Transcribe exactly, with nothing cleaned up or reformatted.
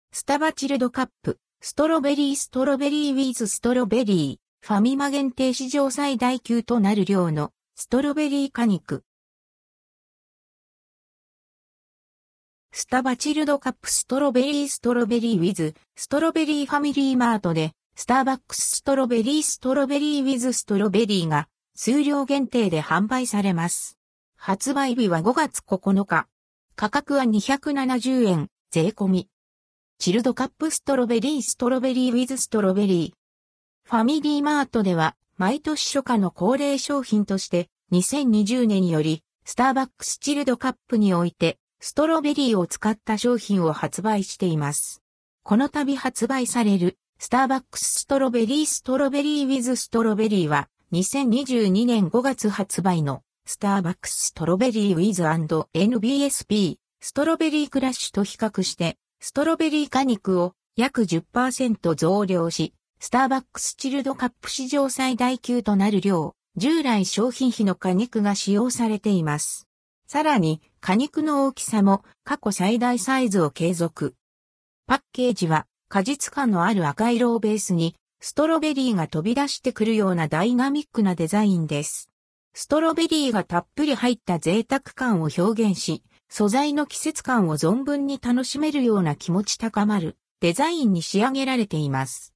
スタバチルドカップ、ストロベリーストロベリーウィズストロベリー、ファミマ限定史上最大級となる量のストロベリー果肉。スタバチルドカップストロベリーストロベリーウィズストロベリーファミリーマートでスターバックスストロベリーストロベリーウィズストロベリーが数量限定で販売されます。発売日はごがつここのか。価格はにひゃくななじゅうえん、税込み。チルドカップストロベリーストロベリーウィズストロベリー。ファミリーマートでは毎年初夏の恒例商品としてにせんにじゅうねんよりスターバックスチルドカップにおいてストロベリーを使った商品を発売しています。この度発売されるスターバックスストロベリーストロベリーウィズストロベリーはにせんにじゅうにねんごがつ発売のスターバックスストロベリーウィズ &エヌビーエスピー ストロベリークラッシュと比較してストロベリー果肉を約 じゅっパーセント 増量し、スターバックスチルドカップ史上最大級となる量、従来商品比の果肉が使用されています。さらに、果肉の大きさも過去最大サイズを継続。パッケージは果実感のある赤色をベースに、ストロベリーが飛び出してくるようなダイナミックなデザインです。ストロベリーがたっぷり入った贅沢感を表現し、素材の季節感を存分に楽しめるような気持ち高まるデザインに仕上げられています。